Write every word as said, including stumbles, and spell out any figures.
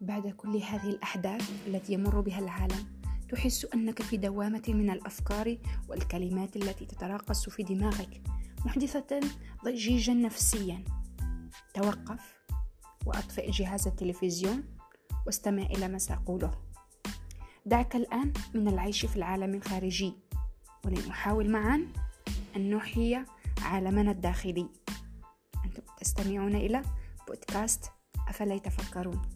بعد كل هذه الأحداث التي يمر بها العالم، تحس أنك في دوامة من الأفكار والكلمات التي تتراقص في دماغك، محدثة ضجيجا نفسيا. توقف وأطفئ جهاز التلفزيون واستمع إلى ما سأقوله. دعك الآن من العيش في العالم الخارجي، ولنحاول معا أن نحيي عالمنا الداخلي. أنتم تستمعون إلى بودكاست أفلا يتفكرون.